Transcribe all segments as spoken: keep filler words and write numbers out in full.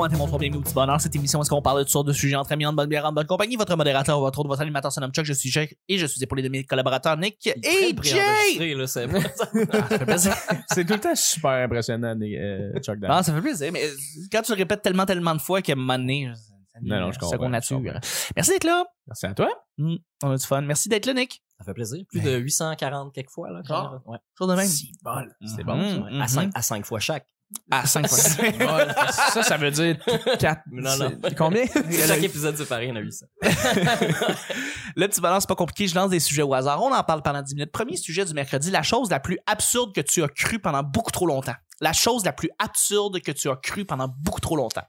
bon matin, mon trop bienvenue au petit bonheur. Cette émission, est-ce qu'on parle de toutes sortes de sujets entre amis, en bonne bière, en bonne compagnie? Votre modérateur, votre autre, votre animateur, son nom Chuck, je suis Chuck et je suis épaulé de mes collaborateurs Nick et Jay! Là, c'est... Ah, ça fait plaisir. C'est tout le temps super impressionnant, euh, Chuck Dan. Non, ça fait plaisir, mais quand tu le répètes tellement, tellement de fois qu'à un moment donné, ça Non, non, je comprends, seconde je nature. Merci d'être là. Merci à toi. Mmh, on a du fun. Merci d'être là, Nick. Ça fait plaisir. Plus de huit cent quarante quelques fois, là. Genre? Ouais. Chose de même. C'est bon. C'est Mhm, bon, ça. mhm. À cinq, à cinq fois chaque. À cinq fois. Ça, ça veut dire quatre. Non, non. C'est combien? Chaque épisode, c'est pareil, il y en a huit cents. Le petit balance, c'est pas compliqué. Je lance des sujets au hasard. On en parle pendant dix minutes. Premier sujet du mercredi. La chose la plus absurde que tu as cru pendant beaucoup trop longtemps. La chose la plus absurde que tu as cru pendant beaucoup trop longtemps.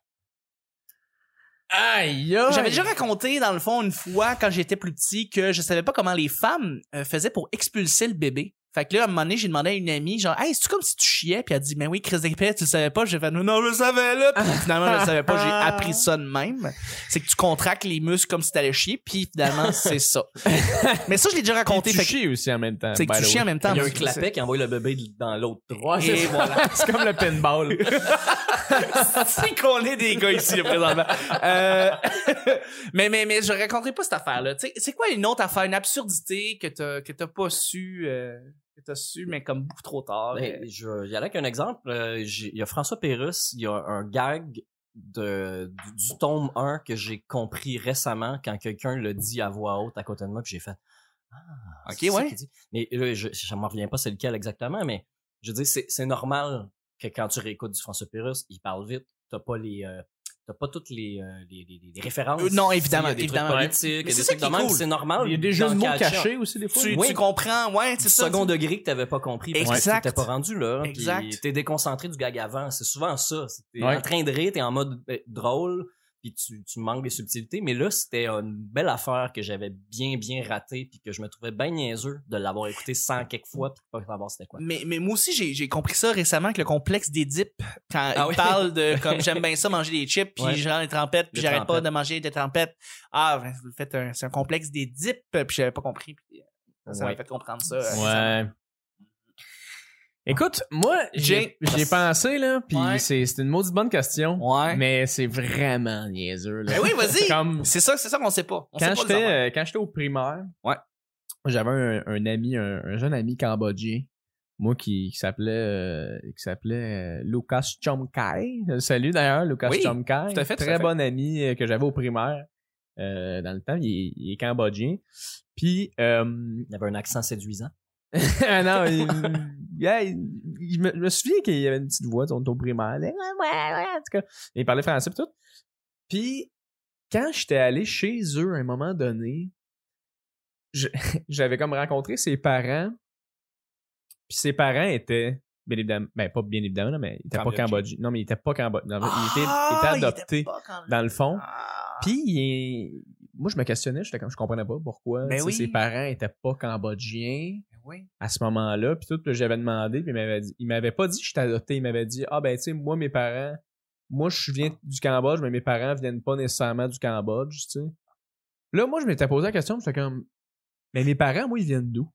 Aïe, aïe. J'avais déjà raconté, dans le fond, une fois, quand j'étais plus petit, que je savais pas comment les femmes euh, faisaient pour expulser le bébé. Fait que là, à un moment donné, j'ai demandé à une amie, genre, hey, c'est-tu comme si tu chiais? Puis elle a dit, mais oui, Chris d'épée, tu le savais pas? J'ai fait, non, je le savais, là. Puis finalement, je le savais pas, j'ai appris ça de même. C'est que tu contractes les muscles comme si t'allais chier, puis finalement, c'est ça. Mais ça, je l'ai déjà raconté. Tu Fait que chies aussi en même temps. c'est que by tu the chies way. en même temps. Il y a un C'est- clapet qui envoie le bébé dans l'autre droit. Et voilà. C'est comme le pinball. C'est qu'on est des gars ici, là, présentement. Euh, mais, mais, mais je raconterai pas cette affaire-là. Tu sais, c'est quoi une autre affaire, une absurdité que t'as, que t'as pas su, euh, que t'as su, mais comme beaucoup trop tard? Ben, euh, je vais y aller avec un exemple. Euh, j'ai- Il y a François Pérusse, il y a un gag de, du, du tome un que j'ai compris récemment quand quelqu'un le dit à voix haute à côté de moi, puis j'ai fait ah, Ok, c'est ça ouais. qu'il dit. Mais là, je je m'en reviens pas c'est lequel exactement, mais je veux dire, c'est, c'est normal que quand tu réécoutes du François Pérusse, il parle vite, t'as pas les euh, t'as pas toutes les, euh, les, les, les références. Euh, non, évidemment, Il y a des évidemment. trucs politiques, Mais il y a c'est des ça trucs qui est de même, cool. c'est normal. Il y a des jeux de d'en mots catcher. cachés aussi, des fois. Tu, Oui. tu comprends, ouais, c'est ça. Second tu- degré que t'avais pas compris parce Exact. que t'étais pas rendu là. puis Exact. T'es déconcentré du gag avant. C'est souvent ça. T'es Ouais. en train de rire, t'es en mode euh, drôle, puis tu, tu manques des subtilités. Mais là, c'était une belle affaire que j'avais bien, bien ratée, puis que je me trouvais bien niaiseux de l'avoir écouté cent quelques fois, puis de pas savoir c'était quoi. Mais, mais moi aussi, j'ai, j'ai compris ça récemment que le complexe d'Édipe, quand Ah il oui. parle de comme j'aime bien ça, manger des chips, puis Ouais. genre les trempettes, puis Les j'arrête pas trempettes. de manger des trempettes. Ah, ben, vous faites un, c'est un complexe d'Édipe, puis j'avais pas compris. Puis, euh, ça m'a Ouais. fait comprendre ça. euh, récemment. Ouais. Écoute, moi, Jay- j'ai, j'ai pensé, là, pis Ouais. c'est, c'est une maudite bonne question. Ouais. Mais c'est vraiment niaiseux, là. Ben oui, vas-y. Comme, C'est ça, c'est ça qu'on sait pas. On quand sait pas les j'étais, affaires. euh, quand j'étais au primaire. Ouais. J'avais un, un ami, un, un jeune ami cambodgien. Moi, qui, qui s'appelait, euh, qui s'appelait euh, Lucas Chomkai. Salut d'ailleurs, Lucas Oui, Chomkai. tout à fait, tout Très à fait. bon ami euh, que j'avais au primaire. Euh, dans le temps, il est, il est cambodgien. Puis, euh, Il y avait un accent séduisant. ah non, il, yeah, il- il me, je me souviens qu'il y avait une petite voix, on était au primaire. Ouais, ouais, ouais, en tout cas. Il parlait français pis tout. Puis, quand j'étais allé chez eux à un moment donné, je- j'avais comme rencontré ses parents. Puis ses parents étaient, bien évidemment, ben pas bien évidemment, là, mais ils étaient pas Cambodgiens. cambodgiens. Non, mais ils étaient pas cambodgiens. Il était, Ah, il était il adopté était pas quand- dans le fond. Ah. Puis, il- moi, je me questionnais, j'étais comme, je comprenais pas pourquoi Ben tu sais, oui. ses parents étaient pas cambodgiens Ben oui. à ce moment-là. Puis tout, puis j'avais demandé, puis il m'avait dit, il m'avait pas dit que j'étais adopté, il m'avait dit, ah ben tu sais, moi, mes parents, moi, je viens du Cambodge, mais mes parents viennent pas nécessairement du Cambodge, tu sais. Là, moi, je m'étais posé la question, j'étais comme, mais mes parents, moi, ils viennent d'où?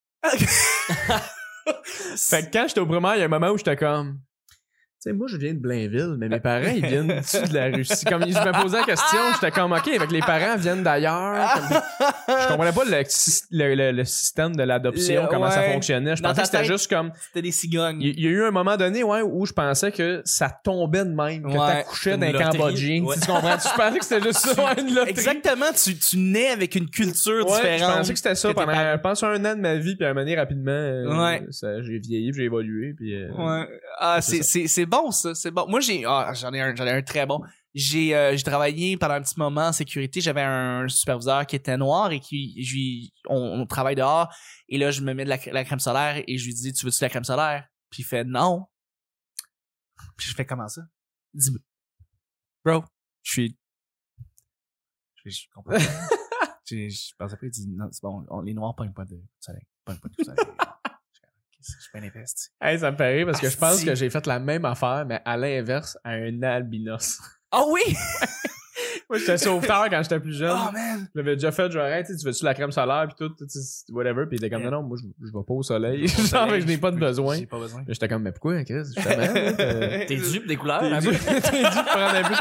Fait que quand j'étais au primaire, il y a un moment où j'étais comme, tu sais, moi, je viens de Blainville, mais mes parents, ils viennent de la Russie. Comme, je me posais la question, j'étais comme, OK, avec les parents viennent d'ailleurs. Comme, je comprenais pas le, le, le, le système de l'adoption, Le- comment ça ouais. fonctionnait. Je Dans pensais ta que c'était tête, juste comme, C'était des cigognes. il il y a eu un moment donné, ouais, où je pensais que ça tombait de même, que Ouais, t'accouchais une d'un loterie. Cambodgien. Ouais. Tu comprends? Je pensais que c'était juste ça, ouais, une loterie. Exactement, tu, tu nais avec une culture Ouais, je différente. pensais que c'était ça que tes pendant, parents. je pense, un an de ma vie, puis à un moment donné, rapidement, euh, Ouais. ça, j'ai vieilli, puis j'ai évolué, puis euh, Ouais. Ah, c'est c'est, c'est, c'est bon, ça. C'est bon. Moi, j'ai, ah, j'en ai un, j'en ai un très bon. J'ai, euh, j'ai travaillé pendant un petit moment en sécurité. J'avais un superviseur qui était noir et qui, je lui, on, on travaille dehors. Et là, je me mets de la, la crème solaire et je lui dis, tu veux-tu de la crème solaire? Puis il fait non. Puis je fais comment ça? Il dit, bro, je suis, je, je comprends pas. je, je pensais pas, il dit, non, c'est bon, on, les noirs pognent pas de soleil. Pognent pas de soleil. Je suis bien investi. Hey, ça me fait rire parce que je pense Asti. que j'ai fait la même affaire, mais à l'inverse, à un albinos. Ah oui! Moi, j'étais sauveteur quand j'étais plus jeune. Oh, man. Je l'avais déjà fait, genre, hey, tu sais, tu veux-tu la crème solaire pis tout, tu sais, whatever. Pis il était comme, non, non, moi, je, je vais pas au soleil. Genre, je n'ai pas de besoin. J'ai pas besoin. Puis j'étais comme, mais pourquoi, Chris? Justement, là, t'es T'es dupe des couleurs? t'es hein? dû t'es dû prendre un peu.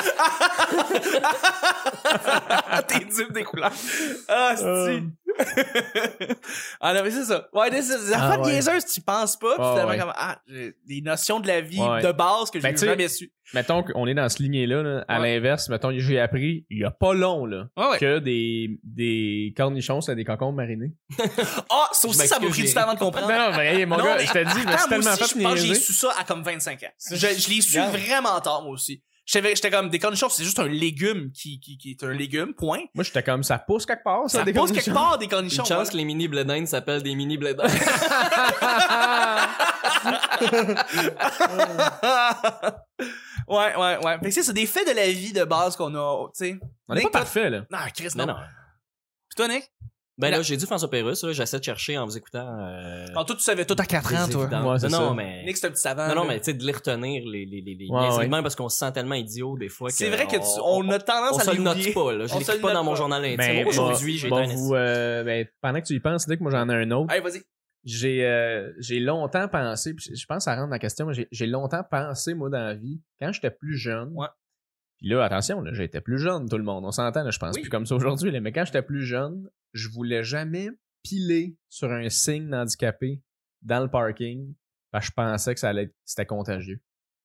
T'es dupe des couleurs. Ah, c'est Ah non, mais c'est ça. Ouais, des, des Ah, affaires ouais. niaiseuses, tu penses pas. Pis Ah, finalement, ouais. comme, ah, j'ai des notions de la vie Ouais. de base que Ben, j'ai tu sais, jamais su. Mettons qu'on est dans ce lignée-là, là, à Ouais. l'inverse, mettons, j'ai appris, il y a pas long, là, Ouais, ouais. que des, des cornichons, c'est des concombres marinés. Ah, ça aussi, Je ça m'a pris m'excuse, du temps avant de comprendre. Non, non, mais hey, mon Non, gars, mais je te dis, je me attends, suis moi tellement aussi, fait je pense que j'ai niaiser. su ça à comme vingt-cinq ans. Je, je l'ai su Regarde. vraiment tard, moi aussi. J'étais j'étais comme, des cornichons, c'est juste un légume qui, qui, qui est un légume, point. Moi, j'étais comme, ça pousse quelque part, ça, Ça des pose cornichons. quelque part des cornichons. Une chance voilà. que les mini bledins s'appellent des mini bledins. ouais, ouais, ouais. Fait que c'est ça, des faits de la vie de base qu'on a, tu sais. On est Nick, pas toi- parfait, là. Non, Chris, Non, non. non. Pis toi, Nick? Ben La- là, j'ai dit François Pérusse, là, j'essaie de chercher en vous écoutant. Euh, Alors, toi, tu savais tout à quatre des ans, toi. évidences. Ouais, c'est non, non, ça. mais. Nick, c'est un petit savant. Non, non, là. mais tu sais, de les retenir, les, les, les, les Ouais, niaiseries ouais. de même, parce qu'on se sent tellement idiot des fois que. C'est vrai que tu, on a on tendance se à le les note oublier. pas, là. Je On se l'écris le pas note dans mon pas. journal intime. Ben, Aujourd'hui, j'ai bon, été un vous, euh, ben, pendant que tu y penses, dès que moi j'en ai un autre, Allez, vas-y. j'ai euh, j'ai longtemps pensé, puis je pense que ça rentre dans la question, mais j'ai j'ai longtemps pensé, moi, dans la vie, quand j'étais plus jeune, Ouais. puis là, attention, là, j'étais plus jeune, tout le monde, on s'entend, là, je pense Oui. plus comme ça aujourd'hui, là, mais quand j'étais plus jeune, je voulais jamais piler sur un signe d'handicapé dans le parking, parce que je pensais que ça allait être, c'était contagieux.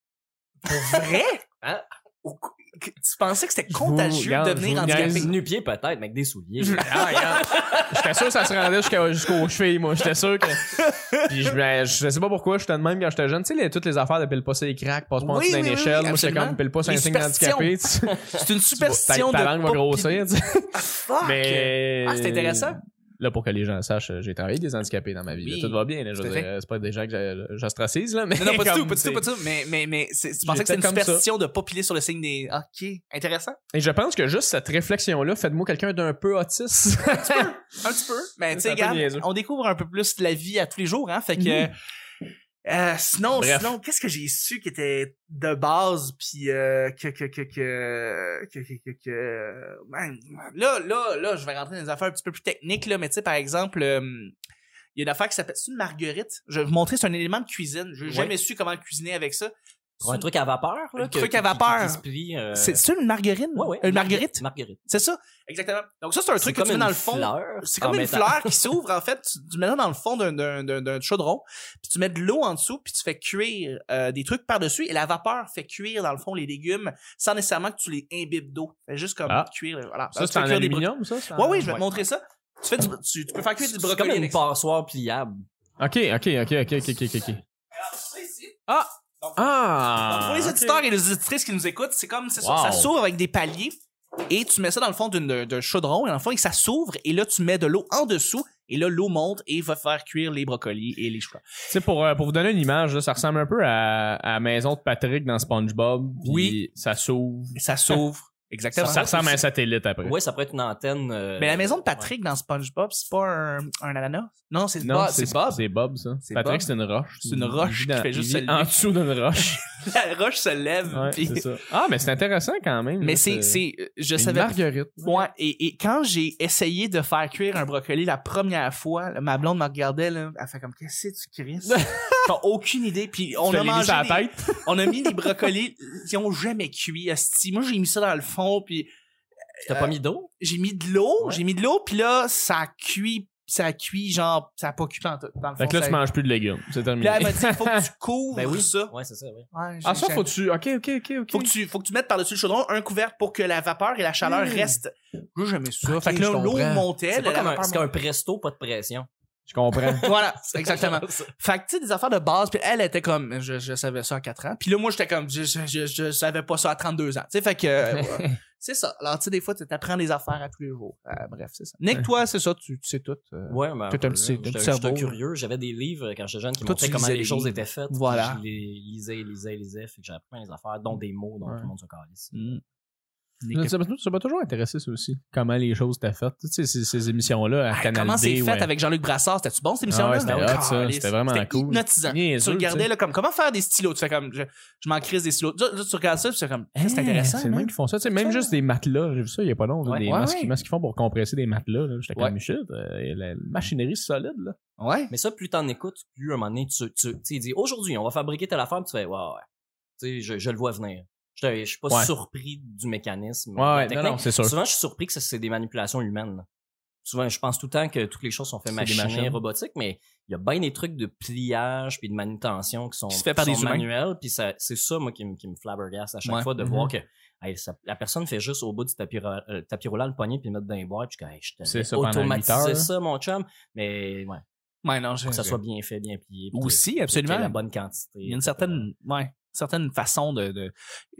Pour vrai? Hein? Au cou- Tu pensais que c'était Je vous- contagieux regarde, de je devenir vous handicapé? niaise. nu-pied peut-être, mais avec des souliers. Ah, regarde. J'étais sûr que ça se rendait jusqu'à- jusqu'aux chevilles, moi. J'étais sûr que. Puis je, ben, je sais pas pourquoi, j'étais de même quand j'étais jeune. Tu sais, les- toutes les affaires de pile pas les cracks, passe pas en Oui, dessous d'une oui, oui, échelle. Moi, j'étais absolument. comme pile pas sur un Les signe handicapé. Tu sais. C'est une Ta, superstition ta de langue va pas grossir, tu sais. piler. Ah, fuck! Mais. Ah, c'est intéressant. Là, pour que les gens sachent, j'ai travaillé avec des handicapés dans ma vie. Oui. là. Tout va bien, là. Je veux Tout à dire, c'est pas des gens que j'a- j'ostracise, là. Mais Non, non, pas du comme, tout, pas du tout, c'est- pas du tout. Mais, mais, mais c'est- tu pensais que c'était une J'étais comme ça. superstition de pas piler sur le signe des... Ok, intéressant. Et je pense que juste cette réflexion-là, faites-moi quelqu'un d'un peu autiste. Un petit peu. Mais tu C'est sais, un peu regarde, niaiseux. on découvre un peu plus la vie à tous les jours, hein. Fait que... Euh, sinon, Bref. sinon, qu'est-ce que j'ai su qui était de base, puis euh, que que que que que que que, que- man, là là là, je vais rentrer dans des affaires un petit peu plus techniques là, mais tu sais par exemple, euh, il y a une affaire qui s'appelle c'est une marguerite. Je vais vous montrer, c'est un élément de cuisine. J'ai Ouais. jamais su comment cuisiner avec ça. Pour un truc à vapeur, là. Un que- truc qui- à qui- vapeur. qui se plie, euh, C'est c'est une margarine. Ouais, ouais. Une marguerite. Marguerite. C'est ça, exactement. Donc ça c'est un C'est truc que comme tu mets une dans le fond. fleur C'est en comme une métal. fleur qui s'ouvre, en fait. Tu, tu mets ça dans le fond d'un, d'un, d'un, d'un chaudron, puis tu mets de l'eau en dessous, puis tu fais cuire euh, des trucs par-dessus, et la vapeur fait cuire, dans le fond, les légumes, sans nécessairement que tu les imbibes d'eau. Fait juste comme Ah. cuire. Voilà. Ça, Tu c'est fais en cuire des aluminium, ça? bro- Ouais, oui, je vais Ouais. te montrer ça. Tu, fais du, tu, tu peux faire cuire du C'est brocoli comme une avec ça. passoire pliable. Ok, ok, ok, ok, ok, ok, ok. Alors, ça ici. Ah! Donc, Ah! donc, pour les ok. auditeurs et les auditrices qui nous écoutent, c'est comme, c'est ça, Wow. ça s'ouvre avec des paliers, et tu mets ça dans le fond d'une, d'un, d'un chaudron, et dans le fond, et ça s'ouvre, et là, tu mets de l'eau en dessous, et là, l'eau monte et va faire cuire les brocolis et les choux. Tu sais, pour, euh, pour vous donner une image, là, ça ressemble un peu à, à la maison de Patrick dans SpongeBob. Puis Oui. Ça s'ouvre. Et ça s'ouvre. Exactement. Ça, ça ressemble à un satellite après. Ouais, ça pourrait être une antenne. euh, Mais la maison de Patrick dans SpongeBob, c'est pas un, un ananas? Non, c'est Non, Bob. c'est C'est Bob. C'est Bob, ça. C'est Patrick, Bob. c'est une roche. C'est une Il roche vit qui fait juste il se vit lever. en dessous d'une roche. La roche se lève. Ouais, puis- c'est ça. Ah, mais c'est intéressant quand même. Mais là, c'est, c'est, je une savais. marguerite. Ouais, et, et quand j'ai essayé de faire cuire un brocoli la première fois, là, ma blonde me regardait, là, elle fait comme, qu'est-ce que tu cries? T'as aucune idée. Puis on Tu a te l'as mis mangé sur la des- tête. on a mis des brocolis qui ont jamais cuit. asti. Moi, j'ai mis ça dans le fond, puis T'as pas mis d'eau? j'ai mis de l'eau, Ouais. j'ai mis de l'eau, puis là, ça a cuit, ça a cuit, genre, ça a pas cuit dans, tout- dans le fond. Fait que là, ça tu a- manges plus de légumes. C'est Puis terminé. là, elle m'a dit, faut que tu couvres Ben oui. ça. Ouais, c'est ça, oui. Ouais, Ah, j'ai- ça, j'ai- faut que tu. Ok, ok, ok, ok. faut que tu faut que tu mettes par-dessus le chaudron un couvercle pour que la vapeur et la chaleur Mm. restent. J'ai jamais ça. Ok, fait que là, je l'eau comprends. montait. C'est la pas comme un, vapeur c'est comme un presto, pas de pression. Je comprends. Voilà, exactement. Ça. Fait que tu sais, des affaires de base, puis elle était comme, je, je savais ça à quatre ans. Puis là, moi, j'étais comme, je, je, je, je savais pas ça à trente-deux ans. Tu sais, fait que, euh, ouais. C'est ça. Alors, tu sais, des fois, tu apprends des affaires à tous les jours. Euh, bref, c'est ça. Nick, toi, c'est ça, tu, tu sais tout. euh. Ouais, mais. T'as un petit- un petit J'étais cerveau. j'étais curieux. J'avais des livres quand j'étais jeune qui Toi, montraient tu comment lisais les des choses livres. étaient faites. Voilà. Puis Je les lisais, lisais, lisais. Fait que j'ai appris plein des affaires, dont des mots dont Ouais. tout le monde se calisse. Mm. Ça m'a toujours intéressé, ça aussi. Comment les choses étaient faites. Tu sais, ces, ces émissions-là à Ah, Canal comment D. c'est fait ouais. avec Jean-Luc Brassard? C'était-tu bon, cette émission-là? Ah ouais, c'était hot, ça. Caliste. C'était vraiment C'était cool. hypnotisant. Niaiseux, Tu regardais, tu sais. là, comme, comment faire des stylos? Tu fais comme, je, je m'en crise des stylos. Là, là, tu regardes ça, puis c'est comme, hey, c'est Hey, intéressant. C'est le hein? même qui font ça. Tu sais, même juste des matelas. J'ai vu ça il y a pas longtemps. Ouais. Des Ouais, masques, ouais. masques qu'ils font pour compresser des matelas. là. J'étais Ouais. comme shit. euh, la machinerie solide, là. Ouais. Mais ça, plus t'en écoutes, plus à un moment donné, tu, tu, tu sais, il dit, aujourd'hui, on va fabriquer telle affaire, puis tu fais, ouais, ouais. Tu sais, je, je le vois venir. Je, je suis pas Ouais. surpris du mécanisme. Ouais, ouais, de non, technique. non, c'est sûr. Souvent, je suis surpris que ça, c'est des manipulations humaines. là. Souvent, je pense tout le temps que toutes les choses sont faites C'est des machines, machines. robotiques, mais il y a bien des trucs de pliage puis de manutention qui sont, Qui se fait par qui des sont humains. manuels. Puis ça, c'est ça, moi, qui me, qui me flabbergasse à chaque Ouais. fois de Mhm. voir que hey, ça- la personne fait juste au bout du tapis, ro- euh, tapis roulant le poignet puis le mettre dans les boîtes. Puis je suis comme, hey, je C'est t'avais ça pendant huit heures, automatisé là. ça, mon chum. Mais ouais, Ouais, non, je, faut que ça je- soit bien fait, bien plié. puis Aussi, que- qu'il y ait absolument. la bonne quantité. Il y a une certaine, ouais, certaine façon de, de,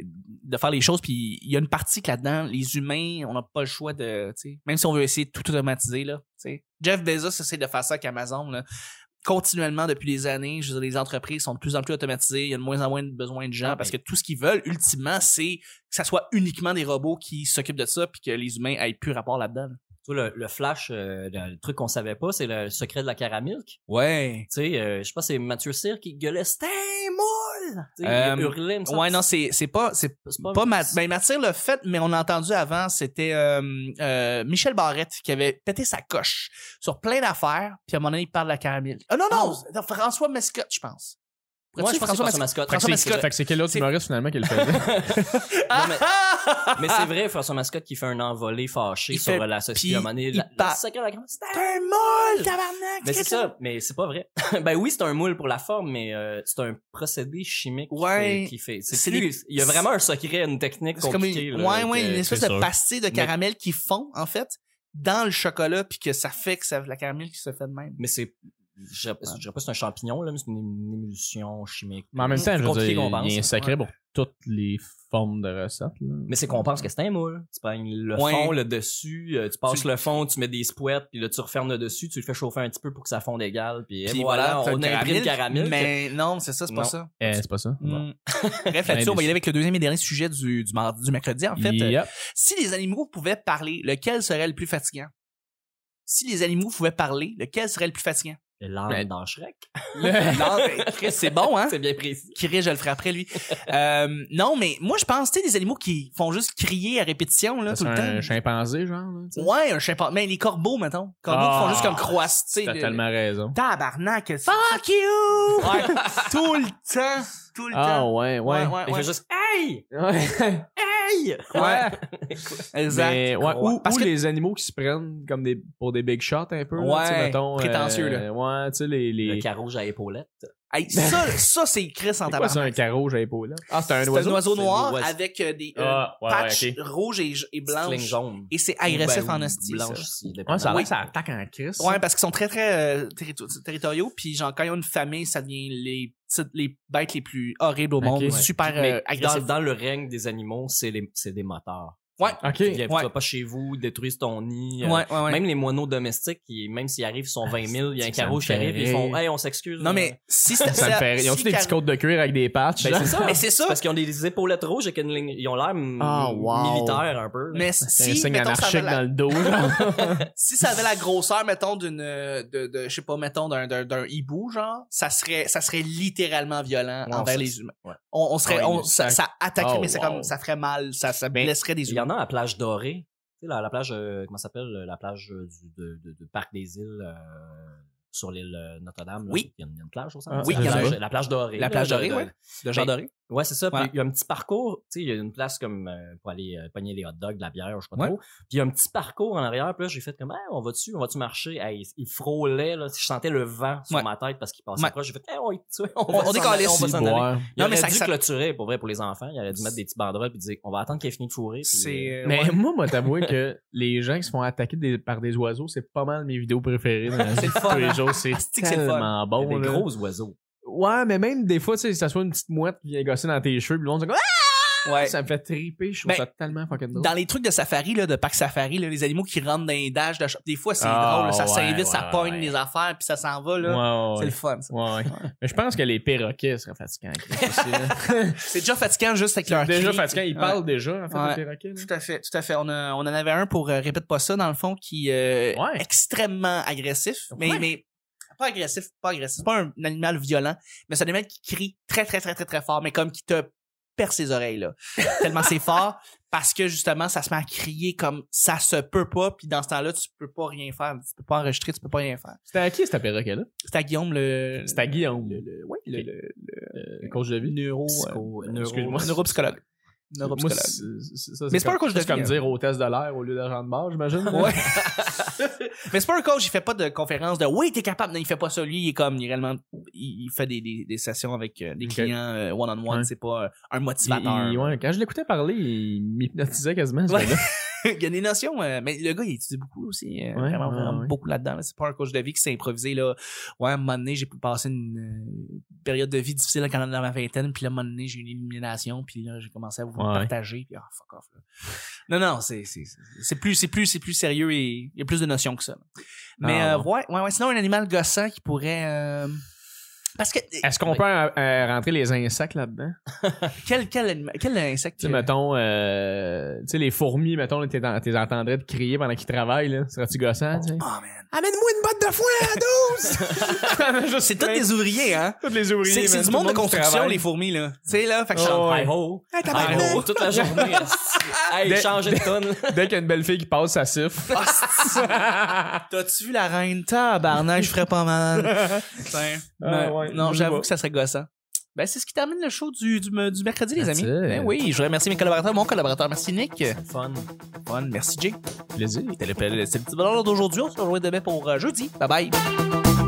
de faire les choses. Puis il y a une partie que là-dedans, les humains, on n'a pas le choix de, tu sais, même si on veut essayer de tout automatiser, là, tu sais. Jeff Bezos essaie de faire ça avec Amazon, là. Continuellement depuis des années, je veux dire, les entreprises sont de plus en plus automatisées, il y a de moins en moins de besoin de gens Ah, parce que ben. tout ce qu'ils veulent, ultimement, c'est que ça soit uniquement des robots qui s'occupent de ça puis que les humains aient plus rapport là-dedans. Tu vois, le, le flash, euh, le, le truc qu'on savait pas, c'est le secret de la caramilk. Ouais. Tu sais, euh, je sais pas, c'est Mathieu Cyr qui gueulait, c'est un moule! Tu sais, Euh, il hurlait, il me semble. Ouais, non, c'est, c'est pas, c'est c'est pas Matt, ben Mathilde l'a fait, mais on l'a entendu avant, c'était euh, euh, Michel Barrette qui avait pété sa coche sur plein d'affaires, puis à un moment donné, il parle de la caramel. Ah non, non, non, François Mascotte, je pense. Moi, je pense que c'est François Mascotte. Fait que François c'est- Mascotte. fait que c'est quel autre C'est- humoriste finalement qui le faisait? Non, mais, mais c'est vrai, François Mascotte qui fait un envolé fâché Il sur fait- la puis société. À un moment donné, il la, la part- sacrée la grande- c'est un- T'es un moule, tabarnak! Mais c'est ça, mais c'est pas vrai. ben oui, c'est un moule pour la forme, mais euh, c'est un procédé chimique qui Ouais. fait, qui fait. C'est C'est plus, il y a vraiment un secret, une technique C'est comme une, compliquée. là, ouais, ouais, que- une espèce c'est de sûr. pastille de Mais- caramel qui fond, en fait, dans le chocolat, puis que ça fait que ça, la caramel qui se fait de même. Mais c'est, je dirais je dirais pas que c'est un champignon, là, mais c'est une, une émulsion chimique. Mais en même temps, C'est je veux compliqué dire, qu'on pense, il y a un hein. secret pour toutes les formes de recettes. Là. Mais c'est qu'on pense que c'est un moule. Tu prends le Ouais. fond, le dessus, euh, tu passes Tu- le fond, tu mets des spouettes, puis là tu refermes le dessus, tu le fais chauffer un petit peu pour que ça fonde égal, puis, Puis et voilà, t'as on le a imprimé le caramel. Mais non, c'est ça, c'est pas Non. ça. Eh, c'est pas ça. Mm. Bref, là-dessus, on va y aller avec le deuxième et dernier sujet du, du, mardi, du mercredi. En fait, Yep. si les animaux pouvaient parler, lequel serait le plus fatigant? Si les animaux pouvaient parler, lequel serait le plus fatigant? Le larme Mais- dans Shrek. Non, mais Chris, c'est bon, hein? C'est bien précis. Chris, je le ferai après, lui. Euh, non, mais moi, je pense, tu sais, des animaux qui font juste crier à répétition, là, C'est tout le un temps. chimpanzé, genre. Là, tu sais. Ouais, un chimpanzé. Mais les corbeaux, mettons. Corbeaux Ah, qui font juste comme croisse, tu sais. T'as le- tellement raison. Tabarnak! Fuck you! Ouais, tout le temps. Tout le Ah temps. ouais, Ouais, ouais. ouais, Il ouais. fait juste hey! Ouais. Hey! Ouais. Exact. Mais, ouais, ou, Parce ou que- les animaux qui se prennent comme des pour des big shots un peu. là, Ouais, tu sais, mettons, prétentieux, euh, Ouais, tu sais, les. les... Le carreau à épaulettes. Hey, ça, ça, c'est Chris en C'est quoi tabarnak. ça, un carreau, j'ai épaule là? Ah, c'est un C'est oiseau. un oiseau C'est noir l'oiseau. avec euh, des euh, Ah, ouais, patchs ouais, ok. rouges et, et Blanche. blanches. jaune. Et c'est agressif Ou ben, en ou hostie, ça. Blanche, si, Ouais, ça a l'air Oui. que ça attaque en crise. Ouais, parce qu'ils sont très, très euh, territo- territoriaux. Puis, genre, quand ils ont une famille, ça devient les, petites- les bêtes les plus horribles au monde. Ok. Super euh, Mais dans, agressifs. dans le règne des animaux, c'est les, c'est des moteurs. Ouais. Ok. Ils viennent Ouais. pas chez vous, détruisent ton nid. euh, Ouais, ouais, ouais. Même les moineaux domestiques, qui, même s'ils arrivent, ils sont vingt mille, il y a un ça carreau me qui fait arrive, ils rire. font hey, on s'excuse. Non, mais si c'était Ça me fait rire. Ils ont si tous des Car- petits côtes de cuir avec des patchs. Ben, genre? c'est ça. Mais c'est ça. Parce qu'ils ont des épaulettes rouges et qu'ils ont une ligne- ils ont l'air m- Ah, wow. militaires un peu. là. Mais C'est un si, signe mettons, ça anarchique avait la- dans le dos. genre. si ça avait la grosseur, mettons, d'une, euh, de, de, je sais pas, mettons, d'un, d'un, d'un hibou, genre, ça serait, ça serait littéralement violent Ouais, envers ça, les humains. ouais. On, on serait, Ah, on, il- ça, ça attaquerait, Oh, mais c'est wow. comme, ça ferait mal, ça, ça Ben, blesserait des Il y humains. en a à la plage dorée. Tu sais, la, la plage, euh, comment ça s'appelle? La plage euh, du, de, de, de Parc des Îles, euh, sur l'île euh, Notre-Dame. là. Oui. Il y, a une, il y a une plage au centre. Ah, Oui, la il y en a plage, une. la plage dorée. La là, plage de- dorée, de- ouais. De Jean Ben, Doré. Ouais, c'est ça. Puis Ouais. il y a un petit parcours. Tu sais, il y a une place comme euh, pour aller euh, pogner des hot dogs, de la bière, je sais pas Ouais. trop. Puis il y a un petit parcours en arrière. Puis là, j'ai fait comme, hey, on va-tu, on va-tu marcher? Hey, il frôlait, là. Je sentais le vent sur Ouais. ma tête parce qu'il passait Ouais. proche. J'ai fait, hey, on, y- tu vois, on, On- va on s'en décalisse, aller, on va si, s'en Ouais. aller. Il Non, mais aurait ça- dû ça- clôturer, pour vrai, pour les enfants. Il aurait dû mettre des petits banderoles puis dire, on va attendre qu'il ait fini de fourrer. puis, euh, C'est, euh, Mais ouais. moi, moi, t'avouer que les gens qui se font attaquer des- par des oiseaux, c'est pas mal mes vidéos préférées dans la vie de fun, tous les hein? jours. C'est Asti que c'est le fun. tellement il y a bon. des là. gros oiseaux. Ouais, mais même des fois, tu sais, ça soit une petite mouette qui vient gosser dans tes cheveux, puis le monde se dit ah! Ouais. Ça me fait triper, je trouve Ben, ça tellement fucking drôle. Dans les trucs de safari, là, de parc safari, là, les animaux qui rentrent dans les dash, de... des fois, c'est Ah, drôle, là, ça ouais, s'invite, ouais, ça ouais, pogne ouais. les affaires, puis ça s'en va, là. Ouais, ouais, C'est ouais. le fun, ça. Ouais, ouais. Mais je pense que les perroquets seraient fatigants. aussi, là. C'est déjà fatigant juste avec leur déjà cri. fatigant, ils Ouais. parlent déjà, en fait, Ouais. les perroquets. Là. Tout à fait, tout à fait. On, a, on en avait un pour euh, répète pas ça, dans le fond, qui est euh, Ouais. extrêmement agressif, mais, Ouais. mais pas agressif, pas agressif. C'est pas un, un animal violent, mais c'est un animal qui crie très, très, très, très, très fort, mais comme qui te perce ses oreilles, là. Tellement c'est fort, parce que justement, ça se met à crier comme ça se peut pas, puis dans ce temps-là, tu peux pas rien faire. Tu peux pas enregistrer, tu peux pas rien faire. C'était à qui, ce perroquet-là? C'est à Guillaume le... C'était à Guillaume. Le, le, ouais, le, le, le, Le coach de vie. neuro... Psycho, euh, neuro- excuse-moi. neuropsychologue. Moi, Neuropsychologue. c'est- c'est- ça, Mais c'est pas un coach de c'est comme vie, dire hôtesse de l'air au lieu d'agent de base, j'imagine. là. Ouais. Mais c'est pas un coach, il fait pas de conférence de oui, t'es capable. Non, il fait pas ça. Lui, il est comme, il est réellement, il, il fait des, des, des sessions avec euh, des Ok. clients euh, one-on-one. Ouais. C'est pas euh, un Il- motivateur. il- ouais, quand je l'écoutais parler, il m'hypnotisait quasiment, ce Ouais. gars-là. Il y a des notions, euh, mais le gars, il étudie beaucoup aussi. euh, Ouais, vraiment, ouais, vraiment ouais. beaucoup là-dedans. là. C'est pas un coach de vie qui s'est improvisé, là. Ouais, à un moment donné, j'ai pu passer une euh, période de vie difficile là, quand j'étais dans ma vingtaine. Puis là, à un moment donné, j'ai eu une illumination. Puis là, j'ai commencé à vous Ouais. partager. Puis ah, fuck off, là. Non, non, c'est, c'est, c'est- c'est plus, c'est plus, c'est plus sérieux et il y a plus de notions que ça. Mais, Ah, euh, bon. ouais, ouais, ouais. Sinon, un animal gossant qui pourrait, euh, parce que, Est-ce qu'on peut euh, euh, rentrer les insectes là-dedans? quel, quel, anima- quel insecte? Tu sais, que- mettons, euh, tu sais, les fourmis, mettons, là, t'es en- t'es entendrais de crier pendant qu'ils travaillent, là. Serais-tu gossant, tu sais? Oh, man. Amène-moi une botte de foin à douze! C'est tous des ouvriers, hein? Tous les ouvriers. C'est, c'est man, du tout monde le de construction, travaille. les fourmis, là. Tu sais, là, fait que je Oh, chante, ouais. Hi ho! Hey, Hi tabarnak! ho! Toute la journée. esti. Hey, Dès- changez de tonne. Dès qu'il y a une belle fille qui passe, ça siffle. Hostie. T'as-tu vu la reine? Tabarnak, je ferais pas mal. Tiens. Ah, Ouais. ouais, non, je j'avoue vois. que ça serait gossant. Ben, c'est ce qui termine le show du, du, du mercredi, les That's amis. it. Ben oui, je remercie mes collaborateurs, mon collaborateur. Merci, Nick. Fun. Fun. Merci, Jay. Plaisir. C'était le, c'est le petit bonheur d'aujourd'hui. On se rejoint demain pour euh, jeudi. Bye bye.